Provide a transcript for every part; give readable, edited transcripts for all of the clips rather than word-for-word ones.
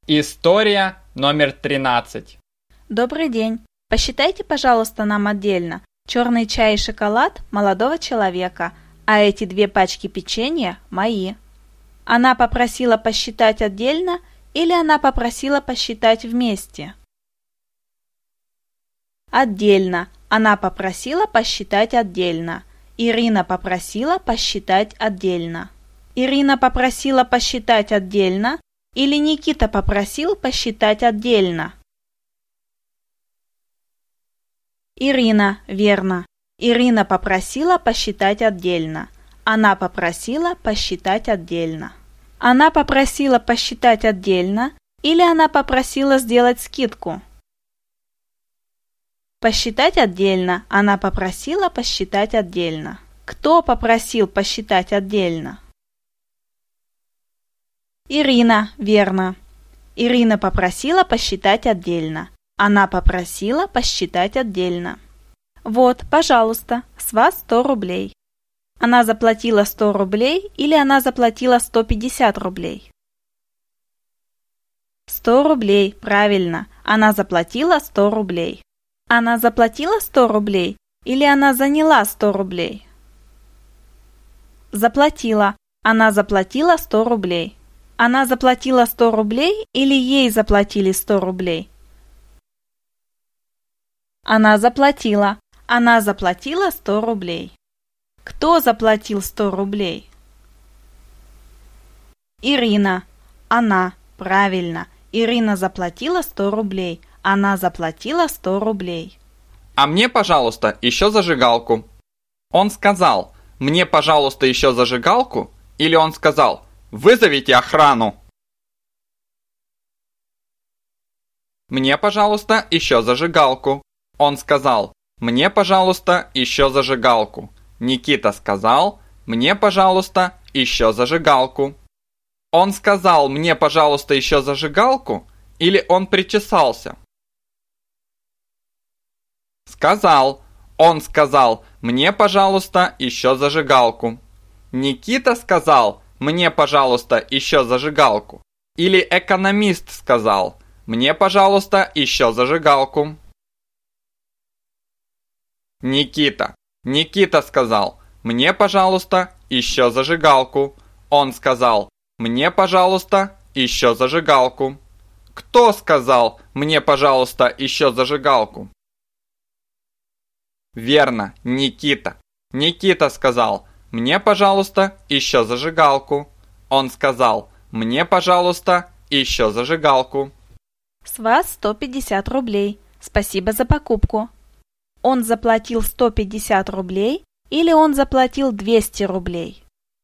История номер 13. Добрый день. Посчитайте, пожалуйста, нам отдельно. Черный чай и шоколад молодого человека, а эти 2 пачки печенья мои. Она попросила посчитать отдельно или она попросила посчитать вместе? Отдельно. Она попросила посчитать отдельно. Ирина попросила посчитать отдельно. Ирина попросила посчитать отдельно или Никита попросил посчитать отдельно? Ирина, верно. Ирина попросила посчитать отдельно. Она попросила посчитать отдельно. Она попросила посчитать отдельно или она попросила сделать скидку? Посчитать отдельно. Она попросила посчитать отдельно. Кто попросил посчитать отдельно? Ирина, верно. Ирина попросила посчитать отдельно. Она попросила посчитать отдельно. Вот, пожалуйста, с вас 100 рублей. Она заплатила 100 рублей или она заплатила 150 рублей? 100 рублей, правильно. Она заплатила 100 рублей. Она заплатила 100 рублей или она заняла 100 рублей? Заплатила. Она заплатила 100 рублей. Она заплатила 100 рублей или ей заплатили 100 рублей? Она заплатила. Она заплатила 100 рублей. Кто заплатил 100 рублей? Ирина. Она. Правильно. Ирина заплатила 100 рублей. Она заплатила 100 рублей. А мне, пожалуйста, еще зажигалку. Он сказал: мне, пожалуйста, еще зажигалку, или он сказал: вызовите охрану. Мне, пожалуйста, еще зажигалку. Он сказал: мне, пожалуйста, еще зажигалку. Никита сказал: мне, пожалуйста, еще зажигалку. Он сказал: мне, пожалуйста, еще зажигалку, или он причесался? Сказал. Он сказал: мне, пожалуйста, еще зажигалку. Никита сказал: мне, пожалуйста, еще зажигалку. Или экономист сказал: мне, пожалуйста, еще зажигалку. Никита. Никита сказал: мне, пожалуйста, еще зажигалку. Он сказал: мне, пожалуйста, еще зажигалку. Кто сказал: мне, пожалуйста, еще зажигалку? Верно, Никита. Никита сказал: мне, пожалуйста, еще зажигалку. Он сказал: мне, пожалуйста, еще зажигалку. С вас 150 рублей. Спасибо за покупку. Он заплатил 150 рублей или он заплатил 200 рублей?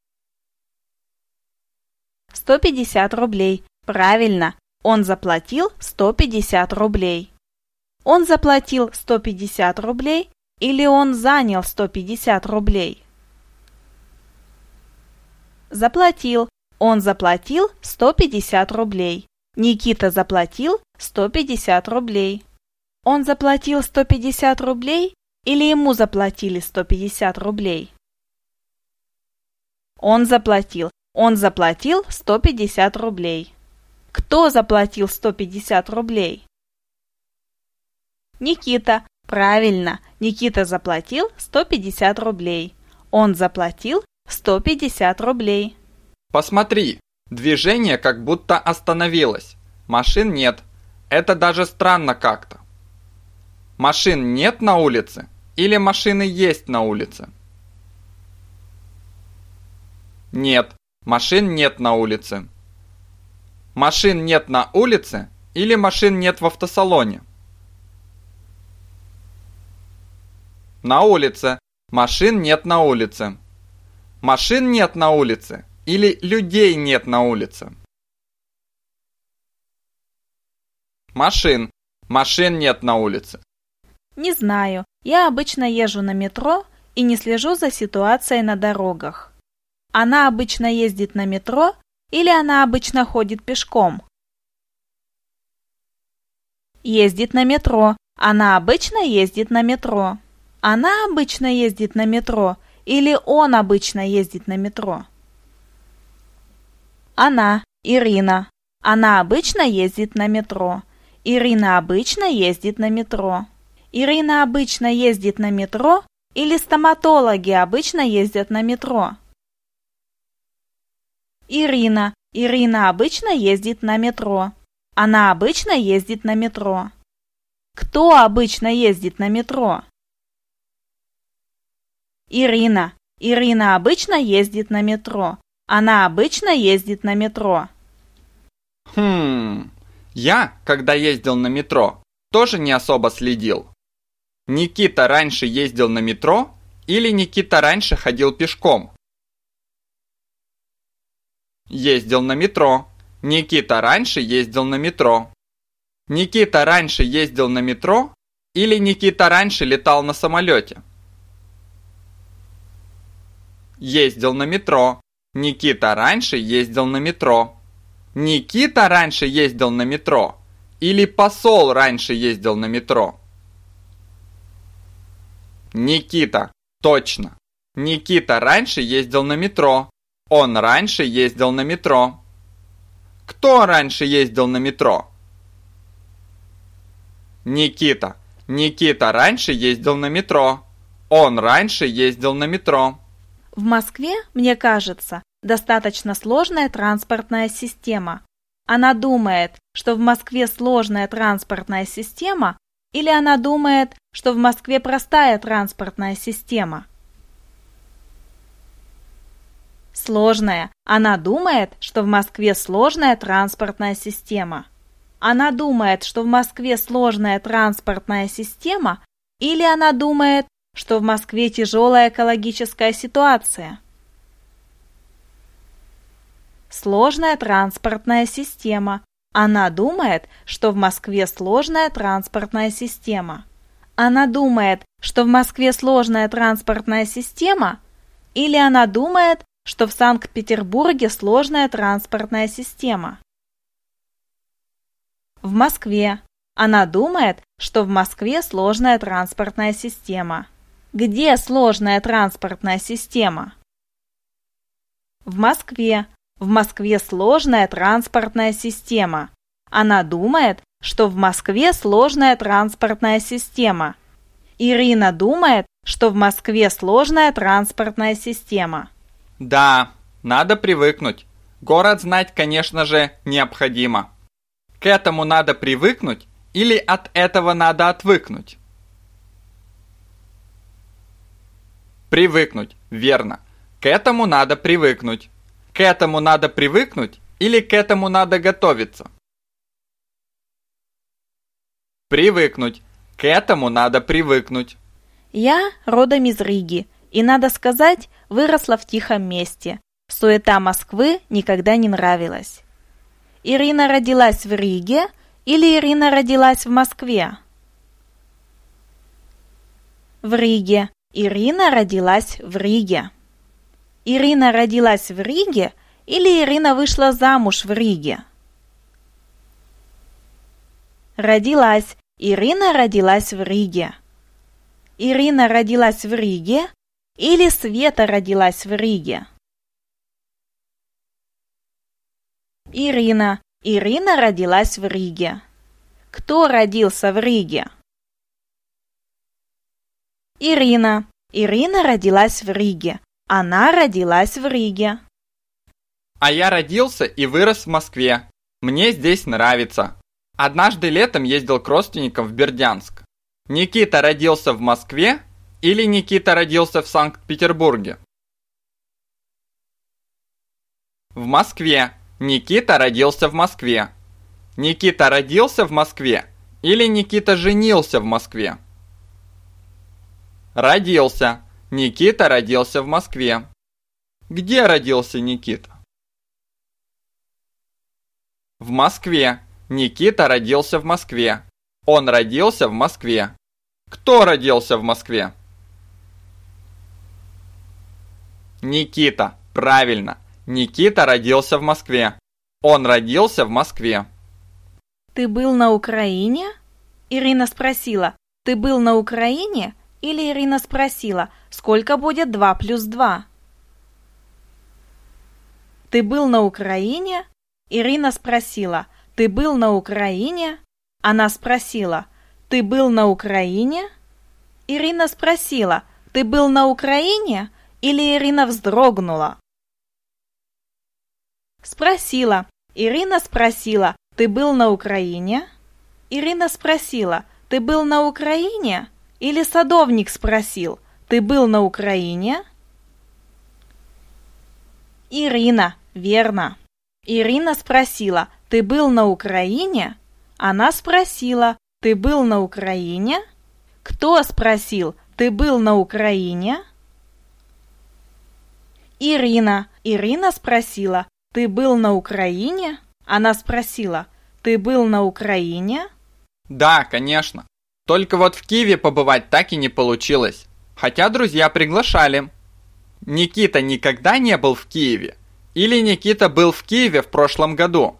150 рублей. Правильно. Он заплатил 150 рублей. Он заплатил 150 рублей или он занял 150 рублей? Заплатил. Он заплатил 150 рублей. Никита заплатил 150 рублей. Он заплатил 150 рублей или ему заплатили 150 рублей? Он заплатил. Он заплатил 150 рублей. Кто заплатил 150 рублей? Никита. Правильно. Никита заплатил 150 рублей. Он заплатил 150 рублей. Посмотри, движение как будто остановилось. Машин нет. Это даже странно как-то. Машин нет на улице или машины есть на улице? Нет, машин нет на улице. Машин нет на улице или машин нет в автосалоне? На улице. Машин нет на улице. Машин нет на улице или людей нет на улице? Машин. Машин нет на улице. Не знаю. Я обычно езжу на метро и не слежу за ситуацией на дорогах. Она обычно ездит на метро или она обычно ходит пешком? Ездит на метро. Она обычно ездит на метро. Она обычно ездит на метро или он обычно ездит на метро? Она, Ирина. Она обычно ездит на метро. Ирина обычно ездит на метро. Ирина обычно ездит на метро или стоматологи обычно ездят на метро? Ирина обычно ездит на метро. Она обычно ездит на метро. Кто обычно ездит на метро? Ирина обычно ездит на метро. Она обычно ездит на метро. Я, когда ездил на метро, тоже не особо следил. Никита раньше ездил на метро или Никита раньше ходил пешком? Ездил на метро. Никита раньше ездил на метро. Никита раньше ездил на метро или Никита раньше летал на самолете? Ездил на метро. Никита раньше ездил на метро. Никита раньше ездил на метро или посол раньше ездил на метро? Никита, точно. Никита раньше ездил на метро. Он раньше ездил на метро. Кто раньше ездил на метро? Никита. Никита раньше ездил на метро. Он раньше ездил на метро. В Москве, мне кажется, достаточно сложная транспортная система. Она думает, что в Москве сложная транспортная система, или она думает, что в Москве простая транспортная система? Сложная. Она думает, что в Москве сложная транспортная система. Она думает, что в Москве сложная транспортная система, или она думает, что в Москве тяжелая экологическая ситуация? Сложная транспортная система. Она думает, что в Москве сложная транспортная система. Она думает, что в Москве сложная транспортная система, или она думает, что в Санкт-Петербурге сложная транспортная система? В Москве. Она думает, что в Москве сложная транспортная система. Где сложная транспортная система? В Москве. В Москве сложная транспортная система. Она думает, что в Москве сложная транспортная система. Ирина думает, что в Москве сложная транспортная система. Да, надо привыкнуть. Город знать, конечно же, необходимо. К этому надо привыкнуть или от этого надо отвыкнуть? Привыкнуть, верно. К этому надо привыкнуть. К этому надо привыкнуть или к этому надо готовиться? Привыкнуть. К этому надо привыкнуть. Я родом из Риги, и, надо сказать, выросла в тихом месте. Суета Москвы никогда не нравилась. Ирина родилась в Риге или Ирина родилась в Москве? В Риге. Ирина родилась в Риге. Ирина родилась в Риге или Ирина вышла замуж в Риге? Родилась. Ирина родилась в Риге. Ирина родилась в Риге или Света родилась в Риге? Ирина родилась в Риге. Кто родился в Риге? Ирина родилась в Риге. Она родилась в Риге. А я родился и вырос в Москве. Мне здесь нравится. Однажды летом ездил к родственникам в Бердянск. Никита родился в Москве или Никита родился в Санкт-Петербурге? В Москве. Никита родился в Москве. Никита родился в Москве или Никита женился в Москве? Родился. Никита родился в Москве. Где родился Никита? В Москве. Никита родился в Москве. Он родился в Москве. Кто родился в Москве? Никита. Правильно. Никита родился в Москве. Он родился в Москве. Ты был на Украине? Ирина спросила, ты был на Украине? Или Ирина спросила, сколько будет 2 плюс 2? Ты был на Украине? Ирина спросила: «Ты был на Украине?» Она спросила: «Ты был на Украине?» Ирина спросила: «Ты был на Украине?» Или Ирина вздрогнула? Спросила. Ирина спросила: «Ты был на Украине?» Ирина спросила: «Ты был на Украине?» Или садовник спросил: «Ты был на Украине?» Ирина, верно. Ирина спросила: «Ты был на Украине?» Она спросила: «Ты был на Украине?» Кто спросил: «Ты был на Украине?» Ирина. Ирина спросила: «Ты был на Украине?» Она спросила: «Ты был на Украине?» Да, конечно. Только вот в Киеве побывать так и не получилось. Хотя друзья приглашали. Никита никогда не был в Киеве? Или Никита был в Киеве в прошлом году?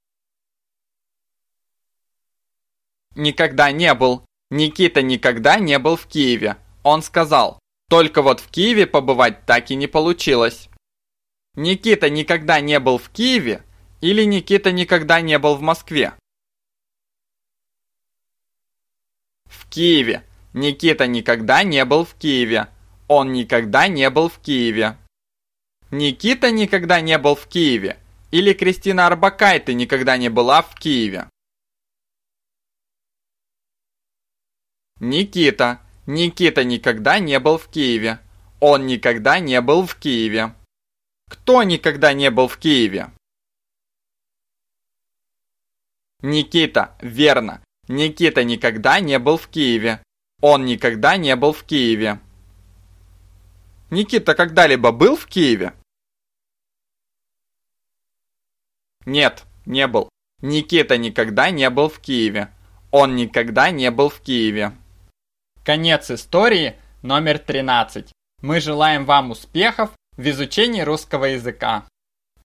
Никогда не был. Никита никогда не был в Киеве. Он сказал: только вот в Киеве побывать так и не получилось. Никита никогда не был в Киеве? Или Никита никогда не был в Москве? В Киеве. Никита никогда не был в Киеве. Он никогда не был в Киеве. Никита никогда не был в Киеве? Или Кристина Орбакайте никогда не была в Киеве? Никита. Никита никогда не был в Киеве. Он никогда не был в Киеве. Кто никогда не был в Киеве? Никита, верно. Никита никогда не был в Киеве. Он никогда не был в Киеве. Никита когда-либо был в Киеве? Нет, не был. Никита никогда не был в Киеве. Он никогда не был в Киеве. Конец истории номер 13. Мы желаем вам успехов в изучении русского языка.